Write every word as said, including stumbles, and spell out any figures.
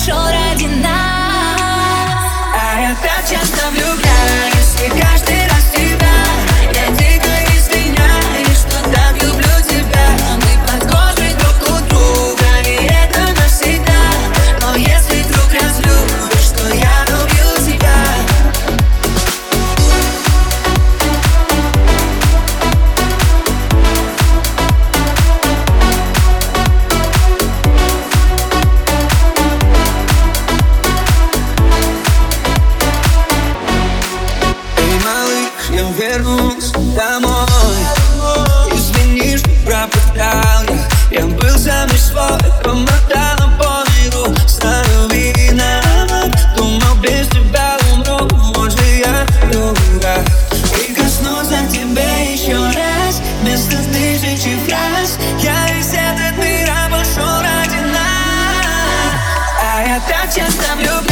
пришел ради нас. А я так часто влюбляюсь, и каждый раз тебя. Я дико извиняюсь, что так люблю тебя. Мы подхожи друг у друга, и это навсегда. Но если вдруг разлюбишь, то я убью тебя. Я вернусь домой. Извини, что пропадал я. Я был сам не свой, помотал по миру. Знаю, виноват. Думал, без тебя умру. Может, я дура. Прикоснуться к тебе еще раз. Вместо тысячи фраз. Я весь этот мир обошел ради нас. А я так часто влюблен.